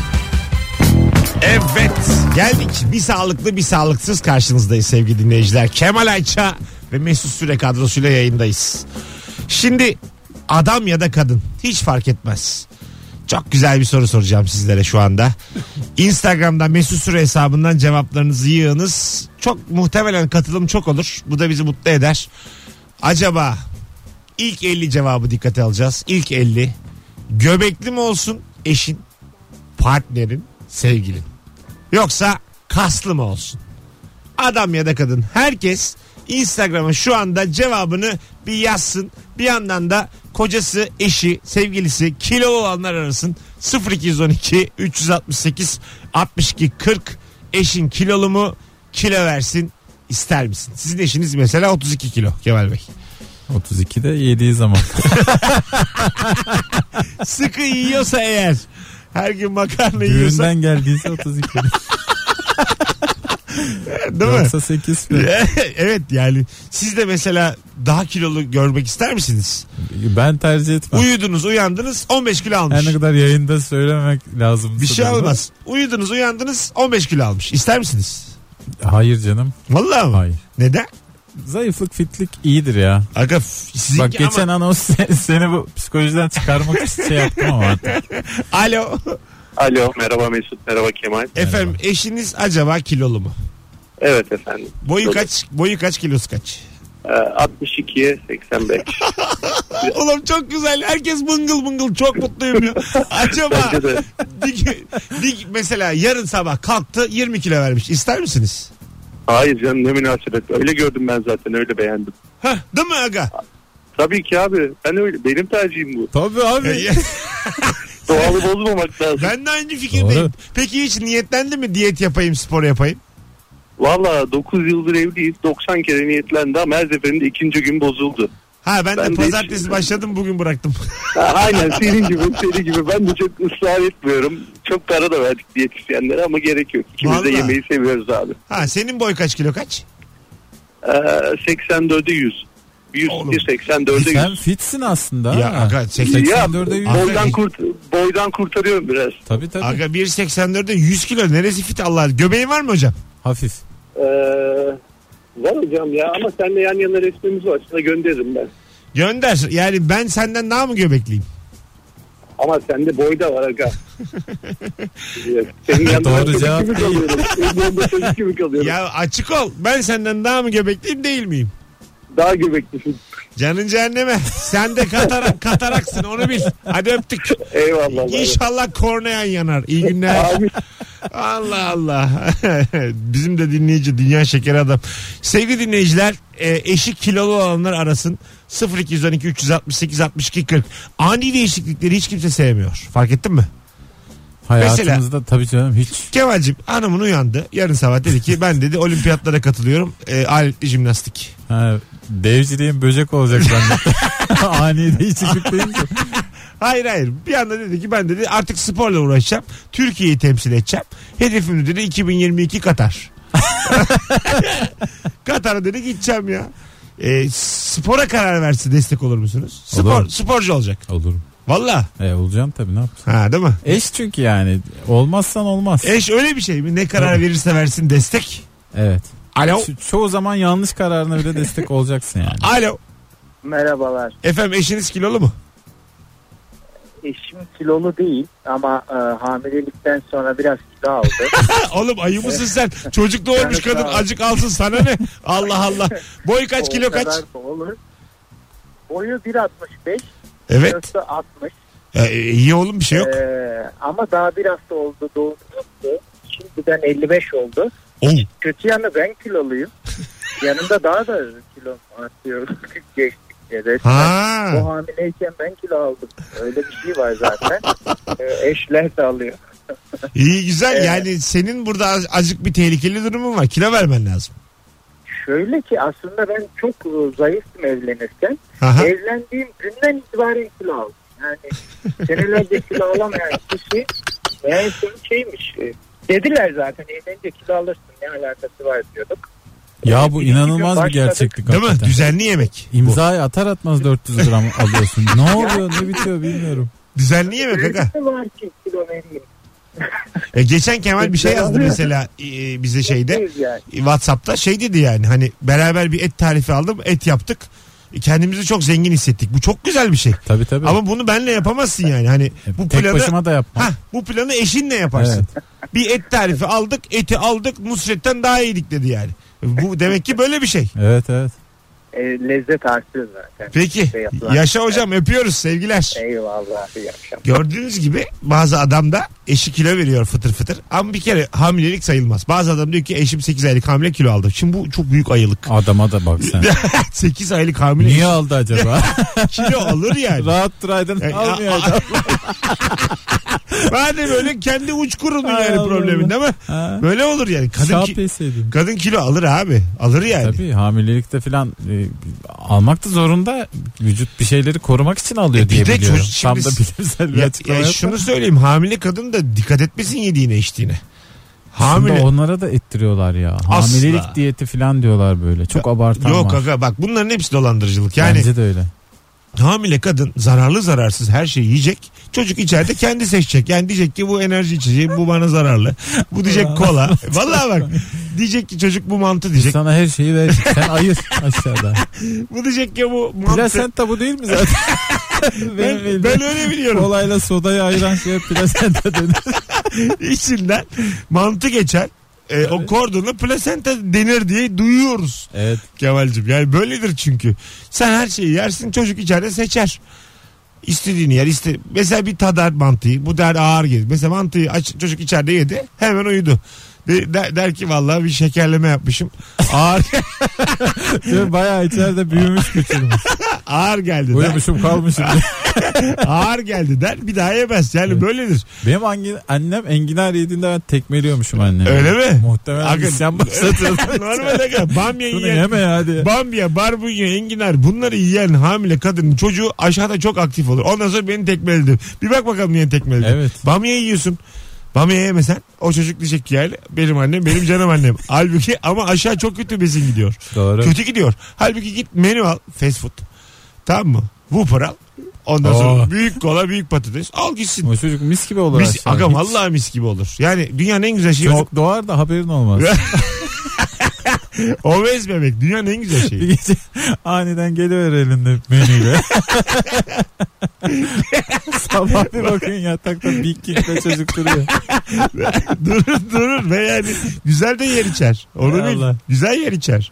Evet, geldik. Bir sağlıklı bir sağlıksız karşınızdayız sevgili dinleyiciler. Kemal Ayça ve Mesut Süre kadrosuyla yayındayız. Şimdi adam ya da kadın hiç fark etmez. Çok güzel bir soru soracağım sizlere şu anda. Instagram'dan Mesut Süre hesabından cevaplarınızı yığınız. Çok muhtemelen katılım çok olur. Bu da bizi mutlu eder. Acaba ilk elli cevabı dikkate alacağız. İlk elli. Göbekli mi olsun eşin, partnerin, sevgilin? Yoksa kaslı mı olsun? Adam ya da kadın, herkes Instagram'a şu anda cevabını bir yazsın. Bir yandan da kocası, eşi, sevgilisi kilolu olanlar arasın. sıfır iki on iki üç altı sekiz altmış iki kırk. Eşin kilolu mu? Kilo versin ister misin? Sizin eşiniz mesela otuz iki kilo Kemal Bey. otuz ikide yediği zaman. Sıkı yiyorsa eğer, her gün makarna yiyorsa. Düğünden geldiyse otuz iki. Değil mi? Yoksa sekiz mi? Evet, yani siz de mesela daha kilolu görmek ister misiniz? Ben tercih etmem. Uyudunuz, uyandınız, on beş kilo almış. Her ne kadar yayında söylememek lazım. Bir şey olmaz. Uyudunuz, uyandınız, on beş kilo almış. İster misiniz? Hayır canım. Vallahi mi? Hayır. Neden? Zayıflık, fitlik iyidir ya. Aga sizinki bak geçen ama... anons seni bu psikolojiden çıkarmak için şey yaptım ama artık. Alo. Alo, merhaba Mesut, merhaba Kemal. Efendim, Merhaba. eşiniz acaba kilolu mu? Evet efendim. Boyu kaç? Boyu kaç, kilosu kaç? altmış ikiye seksen beş. Oğlum çok güzel. Herkes mıngıl mıngıl. Çok mutluyum ya. Acaba dik, dik, mesela yarın sabah kalktı yirmi kilo vermiş. İster misiniz? Hayır canım, ne münasebet. Öyle gördüm ben zaten, öyle beğendim. Hah, değil mi aga? Tabii ki abi. Ben öyle, benim tercihim bu. Tabii abi. Doğalı bozmamak lazım. Ben de aynı fikirdeyim. Doğru. Peki hiç niyetlendi mi diyet yapayım, spor yapayım? Valla dokuz yıldır evliyiz. doksan kere niyetlendi ama her seferinde ikinci gün bozuldu. Ha ben, Ben de de pazartesi hiç- başladım, bugün bıraktım. Ha, aynen senin gibi senin gibi. Ben de çok ısrar etmiyorum. Çok para da verdik diyetisyenlere ama gerek yok. İkimiz Vallahi. de yemeği seviyoruz abi. Ha, senin boy kaç, kilo kaç? Ee, seksen dörde yüz. Oğlum. yüz seksen dörde Sen yüz. fitsin aslında. Ya ha. aga, seksen- Ya seksen dörde yüz. boydan, kurt, boydan kurtarıyorum biraz. Tabii tabii. Aga bir seksen dörde yüz kilo, neresi fit Allah? Göbeğin var mı hocam? Hafif. Ee, var hocam ya ama seninle yan yana resmimiz var. Sana gönderirim ben. Gönder. Yani ben senden daha mı göbekliyim? Ama sende boy da var aga. Senin yanında Doğru çocuk cevap gibi değil. kalıyorum. Senin yanında çocuk gibi kalıyorum. Ya açık ol. Ben senden daha mı göbekliyim, değil miyim? Daha göbeklisin. Canın cehenneme. Sen de katarak, kataraksın, onu bil. Hadi öptük. Eyvallah. İnşallah korneyan yanar. İyi günler. Abi. Allah Allah. Bizim de dinleyici, dünya şekeri adam. Sevgili dinleyiciler, e, eşi kilolu olanlar arasın. sıfır iki on iki üç altı sekiz altmış iki kırk. Ani değişiklikleri hiç kimse sevmiyor. Fark ettin mi? Hayatımızda Mesela- tabii canım hiç. Kemal'cim, hanımın uyandı. Yarın sabah dedi ki ben dedi olimpiyatlara katılıyorum. E, aletli jimnastik. Ha, devciliğin böcek olacak zannettim. Ani değişiklik değil mi? Hayır hayır. Bir anda dedi ki ben dedi artık sporla uğraşacağım. Türkiye'yi temsil edeceğim. Hedefim dedi iki bin yirmi iki Katar. Katar'a dedi gideceğim ya. E, spora karar verse destek olur musunuz? Spor, Olur. sporcu olacak. Olurum. Valla. E olacağım tabii, ne yapayım? Ha, değil mi? Eş çünkü yani. Olmazsan olmaz. Eş öyle bir şey mi? Ne karar verirse versin destek. Evet. Alo. Ço- çoğu zaman yanlış kararına bile destek olacaksın yani. Alo. Merhabalar. Efendim, eşiniz kilolu mu? Eşim kilolu değil ama e, hamilelikten sonra biraz kilo aldı. Oğlum ayı mısın sen? Çocuk doğurmuş Evet, kadın, sağ ol. acık alsın sana ne? Allah Allah. Boy kaç, O kilo kaç? kadar da olur. Boyu bir altmış beş. Evet. Kilosu altmış. E, iyi oğlum, bir şey yok. Ee, ama daha bir hafta oldu doğumluydu. Şimdiden elli beş oldu. Oo. Kötü yanı ben kiloluyum. Yanında daha da kilo artıyor. Geçtikçe resmen. Ha. O hamileyken ben kilo aldım. Öyle bir şey var zaten. Ee, eşler de alıyor. İyi güzel, Evet. yani senin burada az- azıcık bir tehlikeli durumun var. Kilo vermen lazım. Şöyle ki aslında ben çok e, zayıftım evlenirken. Aha. Evlendiğim günden itibaren kilo aldım. Yani senelerce kilo alamayan kişi meğerse şeymiş. e, Dediler zaten evlenince kilo alırsın, ne alakası var diyorduk. Ya bu Bir iki inanılmaz gün bir gerçeklik Değil mi? hakikaten. Düzenli yemek. Bu. İmzayı atar atmaz dört yüz gram alıyorsun. Ne oluyor, ne bitiyor bilmiyorum. Düzenli yemek Öyle aga. bir şey var ki kilo vereyim. E, geçen Kemal bir şey yazdı mesela e, bize şeyde. Mutluyuz yani. WhatsApp'ta şey dedi yani, hani beraber bir et tarifi aldım, et yaptık. kendimizi çok zengin hissettik. Bu çok güzel bir şey. Tabii tabii. Ama bunu benle yapamazsın yani. Hani bu Tek planı başıma da yapmam. Ha, bu planı eşinle yaparsın. Bir et tarifi aldık, eti aldık, Nusret'ten daha iyiydik dedi yani. Bu demek ki böyle bir şey. Evet evet. E, lezzet artıyor zaten. Peki. Şey yapılan- Yaşa hocam, öpüyoruz, sevgiler. Eyvallah. İyi akşam. Gördüğünüz gibi bazı adam da eşi kilo veriyor fıtır fıtır. Ama bir kere hamilelik sayılmaz. Bazı adam diyor ki eşim sekiz aylık hamile, kilo aldı. Şimdi bu çok büyük ayılık. Adama da bak sen. sekiz aylık hamile. Niye aldı acaba? Kilo alır yani. Rahat duraydın Yani, almıyor a- adam. Madem öyle kendi uç kurunun Ay yani Allah problemin Allah. değil mi? Ha. Böyle olur yani. Kadın, Şap ki, yeseydin. kadın kilo alır abi. Alır yani. Tabii hamilelikte falan e, almak da zorunda. Vücut bir şeyleri korumak için alıyor E, diye bir de biliyorum. çocuk- Tam şimdi- da bilimsel bir Ya, açıklama ya yok şunu da. söyleyeyim, hamile kadın da dikkat etmesin yediğine içtiğine. Şimdi Hamile. onlara da ettiriyorlar ya. Asla. Hamilelik diyeti falan diyorlar böyle. Çok abartan Yok var. aga, bak bunların hepsi dolandırıcılık. Yani Bence de öyle. hamile kadın zararlı zararsız her şeyi yiyecek. Çocuk içeride kendi seçecek. Yani diyecek ki bu enerji içeceği, bu bana zararlı. Bu diyecek kola. Vallahi bak, diyecek ki çocuk bu mantı Biz diyecek. sana her şeyi ver. Sen ayır aşağıda. Bu diyecek ki bu mantı. Plasenta bu değil mi zaten? Ben, Benim ben öyle biliyorum. Kolayla sodayı ayıran şey plasenta denir. İçinden mantı geçer. E, o kordonu plasenta denir diye duyuyoruz. Evet. Kemal'cim, yani böyledir çünkü. Sen her şeyi yersin, çocuk içeride seçer. İstediğini yer. Iste... Mesela bir tadar mantıyı. Bu der ağır gelir. Mesela mantıyı aç, çocuk içeride yedi. Hemen uyudu. De, der, der ki vallahi bir şekerleme yapmışım. Ağır Bayağı içeride büyümüş küçülmüş. ağır geldi der. Uyumuşum kalmışım. Ağır geldi der. Bir daha yemez. Yani Evet. böyledir. Benim angi- annem enginar yediğinde ben tekmeliyormuşum annemi. Öyle mi? Muhtemelen Aga- isyan başlatırdım. Normal aga. Bamya Şunu yiyen, yeme ya diye. bamya, barbunya, enginar, bunları yiyen hamile kadının çocuğu aşağıda çok aktif olur. Ondan sonra beni tekmeledi. Bir bak bakalım niye tekmeledi. Evet. Bamya yiyorsun. Bamya yemesen o çocuk diyecek ki yani benim annem, benim canım annem. Halbuki ama aşağı çok kötü besin gidiyor. Doğru. Kötü gidiyor. Halbuki git menü al, fast food. Tamam mı? Whopper al. Ondan sonra Oh. büyük kola, büyük patates. Al gitsin. O çocuk mis gibi olur Mis, aşağı. aga Hiç- vallahi mis gibi olur. Yani dünyanın en güzel şeyi o, Çocuk doğar da haberin olmaz. obez bebek. Dünyanın en güzel Bir şeyi. gece aniden geliver elinde menüyle. Sabah bir bakın yatakta Big King'le çocuk duruyor. durur durur ve yani güzel de yer içer. Onu Hay bil. Allah. Güzel yer içer.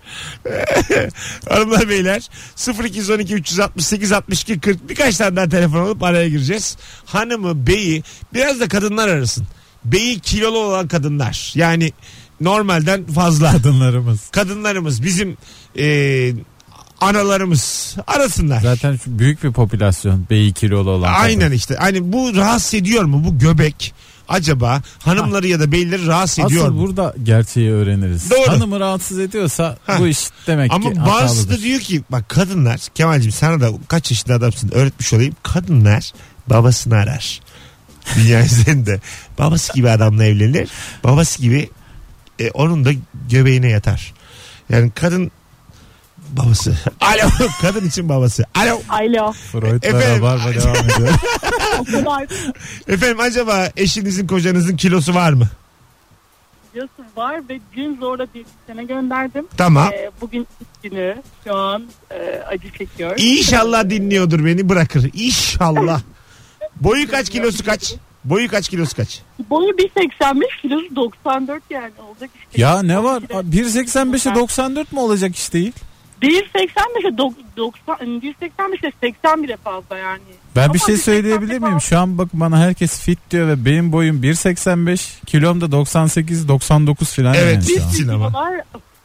Hanımlar beyler, sıfır iki on iki üç altı sekiz altmış iki kırk birkaç tane daha telefon alıp araya gireceğiz. Hanımı, beyi, biraz da kadınlar arasın. Beyi kilolu olan kadınlar. Yani normalden fazla. Kadınlarımız. Kadınlarımız, bizim e, analarımız arasınlar. Zaten şu büyük bir popülasyon beyi kilolu olan. Aynen kadın. işte. Hani bu rahatsız ediyor mu, bu göbek? Acaba hanımları ya da beyleri rahatsız ediyor Asıl mu? burada gerçeği öğreniriz. Doğru. Hanımı rahatsız ediyorsa Ha. bu iş demek Ama ki bazısı hatalıdır. da diyor ki bak kadınlar, Kemal'cim sana da kaç yaşında adamsın öğretmiş olayım. Kadınlar babasını arar. Dünya üzerinde. Babası gibi adamla evlenir. Babası gibi e, onun da göbeğine yatar. Yani kadın babası. Alo. Kadın için babası. Alo. Alo. Freud'la Efendim? rabarba devam ediyor. O kadar Efendim, acaba eşinizin, kocanızın kilosu var mı? diyorsun var ve gün zorla bir sene gönderdim. Tamam. Ee, bugün ilk günü şu an e, acı çekiyor. İnşallah dinliyordur, beni bırakır. İnşallah. Boyu kaç, kilosu kaç? Boyu kaç, kilosu kaç? Boyu bir seksen beş, kilosu doksan dört yani olacak işte. Ya ne var? bir seksen beşe doksan dört mu olacak iş değil? bir seksen beşe doksan, bir seksen beşe seksen bire fazla yani. Ben Ama bir şey bir söyleyebilir seksen beş miyim? Şu an bak bana herkes fit diyor ve benim boyum bir seksen beş, kilom da doksan sekiz doksan dokuz falan. Evet, yani şu an. bitsin ama. Kilolar-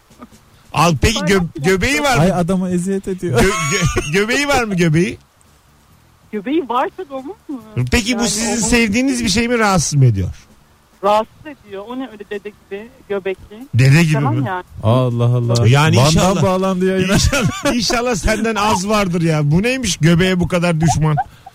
Al peki gö- göbeği var Ay mı? adama eziyet ediyor. Gö- gö- göbeği var mı göbeği? Göbeği varsa da olmaz mı? Peki bu Yani sizin olmaz. sevdiğiniz bir şey mi, rahatsız mı ediyor? Rahatsız ediyor. O ne öyle dede gibi göbekli. Dede gibi Tamam mi? yani. Allah Allah. Yani Van'dan inşallah. bağlandı yayına. İnşallah, inşallah senden az vardır ya. Bu neymiş göbeğe bu kadar düşman?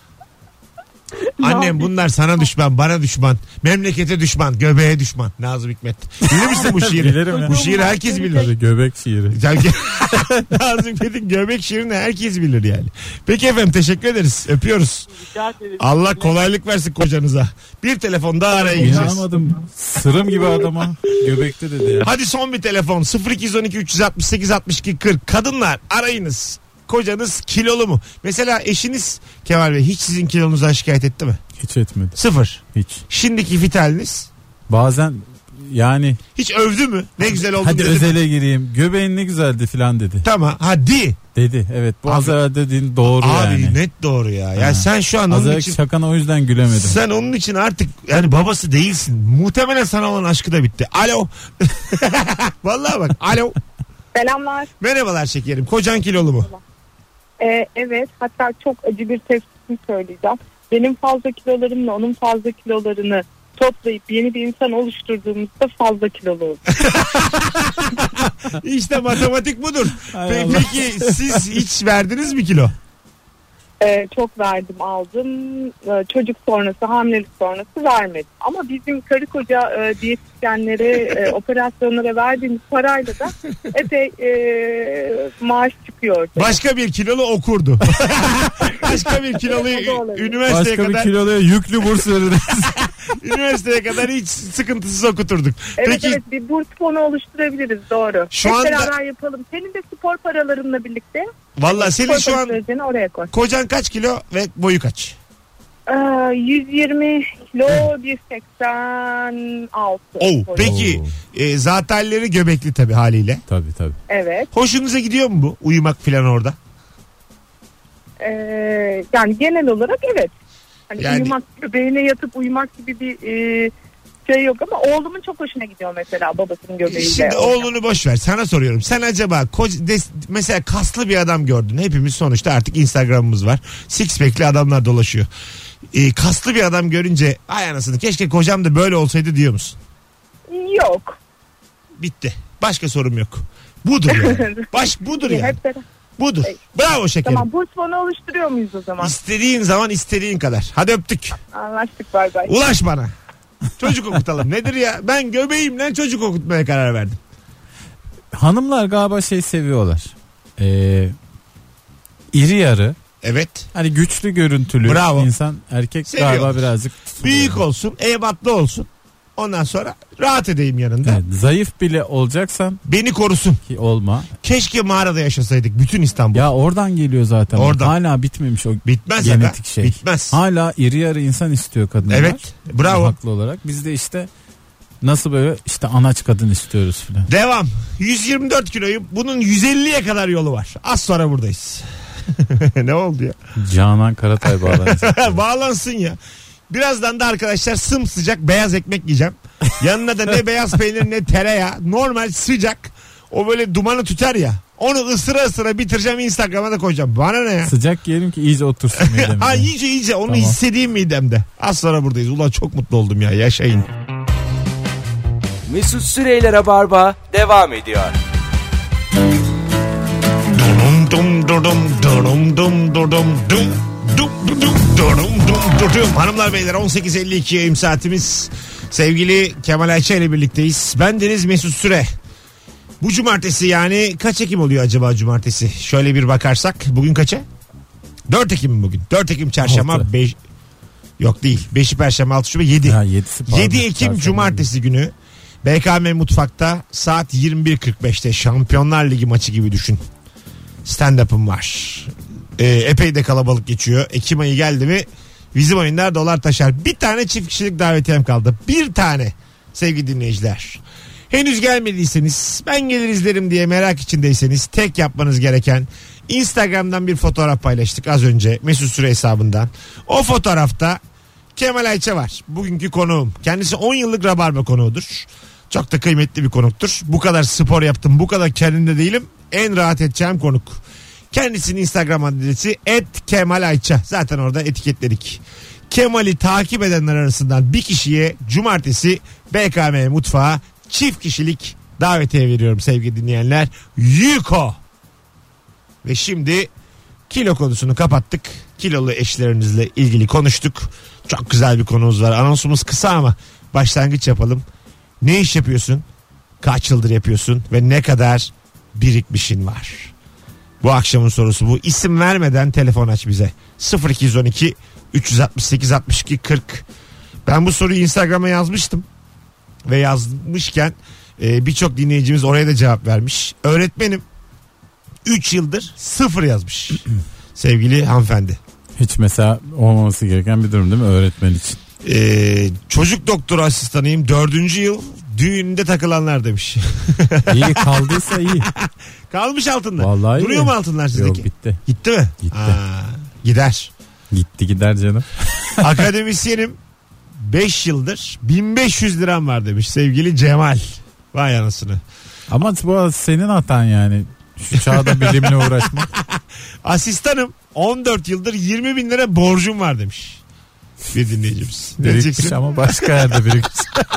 Annem bunlar sana düşman, bana düşman, memlekete düşman, göbeğe düşman. Nazım Hikmet. Bilir misin bu şiiri? Bilirim ya. Bu şiiri herkes bilir. Tabii göbek şiiri. Nazım Hikmet'in göbek şiirini herkes bilir yani. Peki efendim, teşekkür ederiz. Öpüyoruz. Rica ederim. Allah kolaylık versin kocanıza. Bir telefon daha araya gireceğiz. İnanamadım. Sırım gibi adama göbekte dedi ya. Hadi son bir telefon. sıfır iki on iki üç altı sekiz altmış iki kırk. Kadınlar arayınız. kocanız kilolu mu? Mesela eşiniz Kemal Bey hiç sizin kilonuzdan şikayet etti mi? Hiç etmedi. Sıfır. Hiç. Şimdiki fit haliniz? Bazen yani. Hiç övdü mü? Ne güzel oldu. Hadi özele gireyim. Göbeğin ne güzeldi filan dedi. Tamam hadi. Dedi evet. Bu Abi- az evvel dediğin doğru Abi yani. net doğru ya. Ya Ha. sen şu an Az onun evvel için şakana o yüzden gülemedim. sen onun için artık yani babası değilsin. Muhtemelen sana olan aşkı da bitti. Alo. Vallahi bak. Alo. Selamlar. Merhabalar şekerim. Kocan kilolu mu? Ee, evet, hatta çok acı bir tespitimi söyleyeceğim. Benim fazla kilolarımla onun fazla kilolarını toplayıp yeni bir insan oluşturduğumuzda fazla kilolu olur. İşte matematik budur. Hay Pe- Allah. Peki siz hiç verdiniz mi kilo? Ee, çok verdim, aldım. Ee, çocuk sonrası, hamilelik sonrası vermedim. Ama bizim karı koca e, diyetisyenlere, e, operasyonlara verdiğimiz parayla da epey e, maaş çıkıyor ortaya. Başka bir kilolu okurdu. Başka bir kilolu O da olabilir. üniversiteye Başka bir kadar kiloluya yüklü burs veririz. üniversiteye kadar hiç sıkıntısız okuturduk. Evet Peki evet, bir burs fonu oluşturabiliriz, doğru. Şu Hep anda- beraber yapalım. Senin de spor paralarınla birlikte valla senin spor şu an paralarını oraya koy. kocan kaç kilo ve boyu kaç? Ee, yüz yirmi kilo, bir seksen altı. Oh, peki e, zaten halleri göbekli tabii haliyle. Tabii tabii. Evet. Hoşunuza gidiyor mu bu? Uyumak falan orada. Ee, yani genel olarak evet. Hani Yani- uyumak, göbeğine yatıp uyumak gibi bir e, şey yok ama oğlumun çok hoşuna gidiyor mesela babasının göbeğiyle. Şimdi oğlunu boş ver. Sana soruyorum. Sen acaba koca- des- mesela kaslı bir adam gördün. Hepimiz sonuçta artık Instagram'ımız var. Six pack'li adamlar dolaşıyor. E, kaslı bir adam görünce ay anasını keşke kocam da böyle olsaydı diyor musun? Yok. Bitti. Başka sorum yok. Budur yani. Baş budur yani. Hep beraber. Budur. Bravo şekerim. Tamam, burs fonu oluşturuyor muyuz o zaman? İstediğin zaman istediğin kadar. Hadi öptük. Anlaştık, bay bay. Ulaş bana. Çocuk okutalım. Nedir ya? Ben göbeğimle çocuk okutmaya karar verdim. Hanımlar galiba şey seviyorlar. Ee, iri yarı. Evet. Hani güçlü görüntülü Bravo. insan, erkek Seviyorlar. galiba birazcık Büyük olsun, ebatlı olsun. Ondan sonra rahat edeyim yanında. Evet, zayıf bile olacaksan Beni korusun. ki olma. Keşke mağarada yaşasaydık bütün İstanbul. Ya oradan geliyor zaten. Oradan. Hala bitmemiş o Bitmez genetik aga. şey. Bitmez. Hala iri yarı insan istiyor kadınlar. Evet. Bravo. Haklı olarak. Biz de işte nasıl böyle işte anaç kadın istiyoruz filan. Devam. yüz yirmi dört kiloyum. Bunun yüz elliye kadar yolu var. Az sonra buradayız. Ne oldu ya? Canan Karatay bağlanacak. Bağlansın ya. Birazdan da arkadaşlar sımsıcak beyaz ekmek yiyeceğim. Yanına da ne beyaz peynir ne tereyağı. Normal sıcak. O böyle dumanı tüter ya. Onu ısıra ısıra bitireceğim, Instagram'a da koyacağım. Bana ne ya? Sıcak yiyelim ki iyice otursun midemde. Ha iyice iyice onu Tamam. hissedeyim midemde. Az sonra buradayız. Ulan çok mutlu oldum ya. Yaşayın. Mesut Süreyler'e barba devam ediyor. Dum dum dum dum dum dum dum dum. Dum dum dum dum dum dum dum. Hanımlar beyler on sekiz elli iki yayın saatimiz. Sevgili Kemal Ayça ile birlikteyiz. Ben Deniz Mesut Süre. Bu cumartesi yani kaç Ekim oluyor acaba cumartesi? Şöyle bir bakarsak bugün kaça? dört Ekim mi bugün? dört Ekim çarşamba. Altı. beş Yok değil. beşi perşembe, altı şubat, yedi. Ha, yedisi pardon. yedi Ekim Çarşamba cumartesi günü B K M Mutfak'ta saat yirmi bir kırk beşte Şampiyonlar Ligi maçı gibi düşün. Stand-up'ım var. Ee, epey de kalabalık geçiyor. Ekim ayı geldi mi bizim oyunlar dolar taşar. Bir tane çift kişilik davetiyem kaldı. Bir tane sevgili dinleyiciler. Henüz gelmediyseniz, ben gelir izlerim diye merak içindeyseniz tek yapmanız gereken Instagram'dan bir fotoğraf paylaştık az önce Mesut Süre hesabından. O fotoğrafta Kemal Ayça var. Bugünkü konuğum. Kendisi on yıllık Rabarba konuğudur. Çok da kıymetli bir konuktur. Bu kadar spor yaptım, bu kadar kendimde değilim. En rahat edeceğim konuk. Kendisinin Instagram adresi et Kemal Ayça. Zaten orada etiketledik. Kemal'i takip edenler arasından bir kişiye cumartesi B K M Mutfağı çift kişilik davetiye veriyorum sevgili dinleyenler. Yuko. Ve şimdi kilo konusunu kapattık. Kilolu eşlerinizle ilgili konuştuk. Çok güzel bir konumuz var. Anonsumuz kısa ama başlangıç yapalım. Ne iş yapıyorsun? Kaç yıldır yapıyorsun? Ve ne kadar birikmişin var? Bu akşamın sorusu bu. İsim vermeden telefon aç bize. sıfır iki on iki üç altı sekiz altmış iki kırk. Ben bu soruyu Instagram'a yazmıştım. Ve yazmışken e, birçok dinleyicimiz oraya da cevap vermiş. Öğretmenim. üç yıldır sıfır yazmış. Sevgili hanımefendi. Hiç mesela olmaması gereken bir durum değil mi öğretmen için? Ee, çocuk doktoru asistanıyım. Dördüncü yıl düğünde takılanlar demiş. İyi kaldıysa iyi. Kalmış altında. Vallahi Duruyor iyi. mu altınlar sizdeki? Yok bitti. Gitti mi? Gitti. Aa, gider. Gitti gider canım. Akademisyenim. beş yıldır bin beş yüz liram var demiş sevgili Cemal. Vay anasını. Ama bu senin hatan yani. Şu çağda bilimle uğraşmak. Asistanım on dört yıldır yirmi bin lira borcum var demiş. Bir dinleyicimiz. Ne Birikmiş diyeceksin? ama başka yerde birikmiş.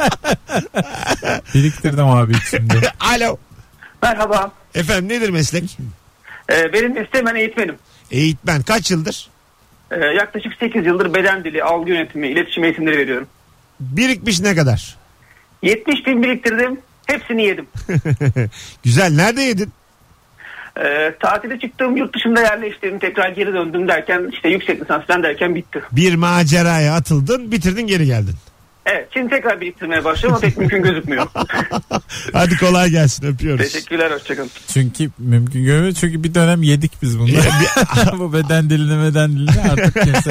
Biriktirdim abi içimde. Alo. Merhaba. Efendim nedir meslek? Ee, benim mesleğim ben eğitmenim. Eğitmen kaç yıldır? Ee, yaklaşık sekiz yıldır beden dili, algı yönetimi, iletişim eğitimleri veriyorum. Birikmiş ne kadar? yetmiş bin biriktirdim. Hepsini yedim. Güzel. Nerede yedin? Ee, tatile çıktım, yurt dışında yerleştim, tekrar geri döndüm derken işte yüksek lisans falan derken bitti. Bir maceraya atıldın, bitirdin, geri geldin. Evet, şimdi tekrar biriktirmeye başlıyorum ama pek mümkün gözükmüyor. Hadi kolay gelsin, öpüyoruz. Teşekkürler, hoşçakalın. Çünkü mümkün görmüyor. Çünkü bir dönem yedik biz bunları. Bu beden dilini beden dilini artık kimse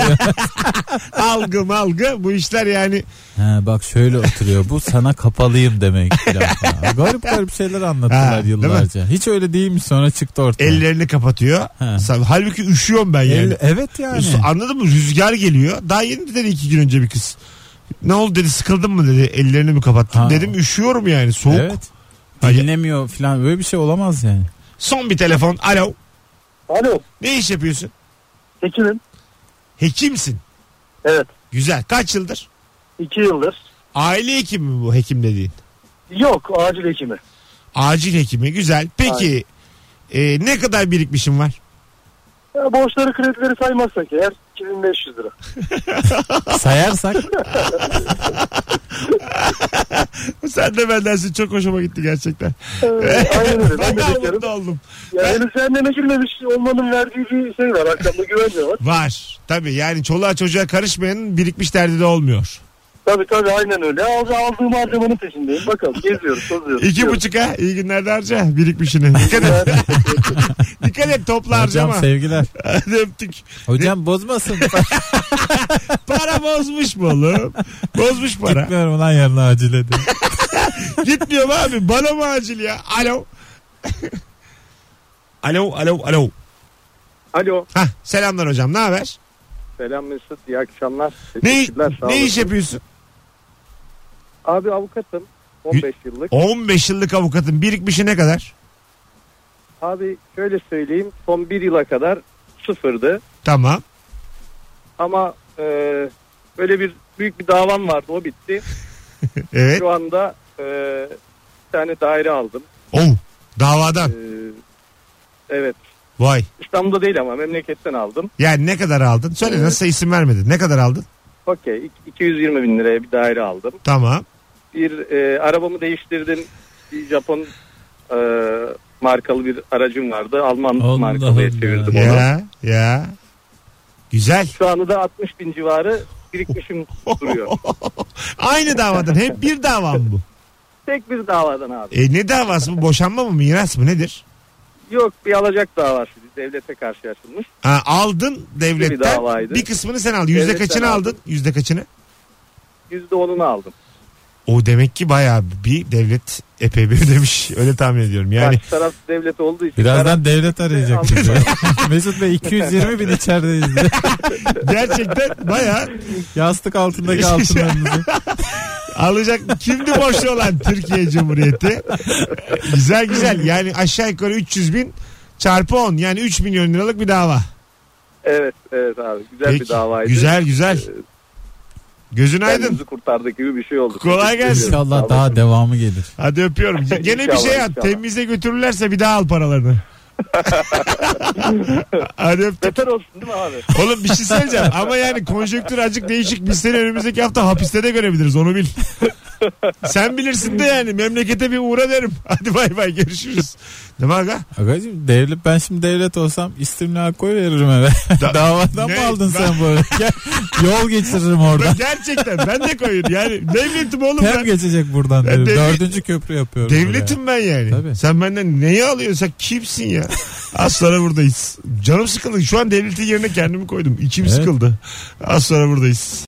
algı malgı bu işler yani. Ha, bak şöyle oturuyor. Bu sana kapalıyım demek. Falan. Garip garip şeyler anlattılar ha, yıllarca. Hiç öyle değilmiş, sonra çıktı ortaya. Ellerini kapatıyor. Ha. Halbuki üşüyorum ben yani. El, evet yani. Anladın mı? Rüzgar geliyor. Daha yeni dedi iki gün önce bir kız. Ne oldu dedi, sıkıldın mı dedi, ellerini mi kapattın ha. Dedim üşüyorum yani, soğuk. Evet. Dinlemiyor falan, böyle bir şey olamaz yani. Son bir telefon. Alo. Alo. Ne iş yapıyorsun? Hekimim. Hekimsin. Evet. Güzel. Kaç yıldır? İki yıldır. Aile hekimi mi bu hekim dediğin? Yok, acil hekimi. Acil hekimi, güzel. Peki e, ne kadar birikmişim var? Ya, borçları kredileri saymazsak eğer iki bin beş yüz lira. Sayarsak. Sen de bendensin, çok hoşuma gitti gerçekten. Ee, aynen öyle. Ben, ben de mutlu oldum. Yani ben... senden girmemiş olmanın verdiği bir şey var. Akşamda güvence var. Var. Tabii yani çoluğa çocuğa karışmayanın birikmiş derdi de olmuyor. Tabii tabii aynen öyle. Aldığım harcamanın peşindeyim. Bakalım geziyoruz, tozuyoruz. İki buçuk ha. İyi günler de harca birikmişini. Dikkat et. Dikkat et, topla harcama. Hocam sevgiler. Hadi öptük. Hocam ne? Bozmasın. Para bozmuş mu oğlum? Bozmuş para. Gitmiyorum lan yarın acil edin. Gitmiyorum abi. Bana mı acil ya? Alo. Alo alo alo. Alo. Hah, selamlar hocam, ne haber? Selam Mesut, iyi akşamlar. Ne, ne iş yapıyorsun? Abi avukatım, on beş yıllık. on beş yıllık avukatım. Birikmişi ne kadar? Abi şöyle söyleyeyim, son bir yıla kadar sıfırdı. Tamam. Ama e, böyle bir büyük bir davam vardı, o bitti. Evet. Şu anda e, bir tane daire aldım. Oh, davadan. E, evet. Vay. İstanbul'da değil ama memleketten aldım. Yani ne kadar aldın? Söyle, evet. Nasıl, isim vermedin. Ne kadar aldın? Okey, iki yüz yirmi bin liraya bir daire aldım. Tamam. Bir e, arabamı değiştirdim. Bir Japon e, markalı bir aracım vardı. Alman Allah markalıya çevirdim ya. onu. Ya ya. Güzel. Şu anda da altmış bin civarı birikmişim duruyor. Aynı davadan. Hep bir dava mı bu? Tek bir davadan abi. E ne davası bu? Boşanma mı, miras mı, nedir? Yok, bir alacak davası. Devlete karşı açılmış. Ha, aldın devletten. Bir, bir kısmını sen aldın. Yüzde devletten kaçını aldın? Yüzde kaçını? Yüzde onunu aldım. O demek ki bayağı bir devlet epey bir ödemiş. Öyle tahmin ediyorum. Yani karşı taraf devlet olduğu için. Birazdan devlet arayacak. Mesut Bey iki yüz yirmi bin içerideyiz. Gerçekten bayağı. Yastık altındaki altınlarınızı. Alacak kimdi borçlu olan? Türkiye Cumhuriyeti. Güzel güzel. Yani aşağı yukarı üç yüz bin çarpı on. Yani üç milyon liralık bir dava. Evet evet abi. Güzel Peki, bir davaydı. Güzel güzel. Gözün aydın. Kendimizi kurtardık gibi bir şey oldu. Kolay gelsin. İnşallah daha Allah. Devamı gelir. Hadi öpüyorum. Gene inşallah, bir şey at. Temize götürürlerse bir daha al paralarını. Hadi öptük. Beter olsun değil mi abi? Oğlum bir şey söyleyeceğim. Ama yani konjonktür azıcık değişik. Biz seni önümüzdeki hafta hapiste de görebiliriz. Onu bil. Sen bilirsin de yani memlekete bir uğra derim. Hadi bay bay görüşürüz. Değil mi aga? Agacığım devlet, ben şimdi devlet olsam istimlal koy veririm eve. Da, Davadan ne, mı aldın ben... sen böyle? Gel, yol geçiririm orada. Gerçekten ben de koyuyorum. Yani devletim oğlum Tem ben. geçecek buradan derim. Devlet... Dördüncü köprü yapıyorum. Devletim ben yani. Tabii. Sen benden neyi alıyorsun? Sen kimsin ya? Az sonra buradayız. Canım sıkıldı. Şu an devletin yerine kendimi koydum. İçim evet. sıkıldı. Az sonra buradayız.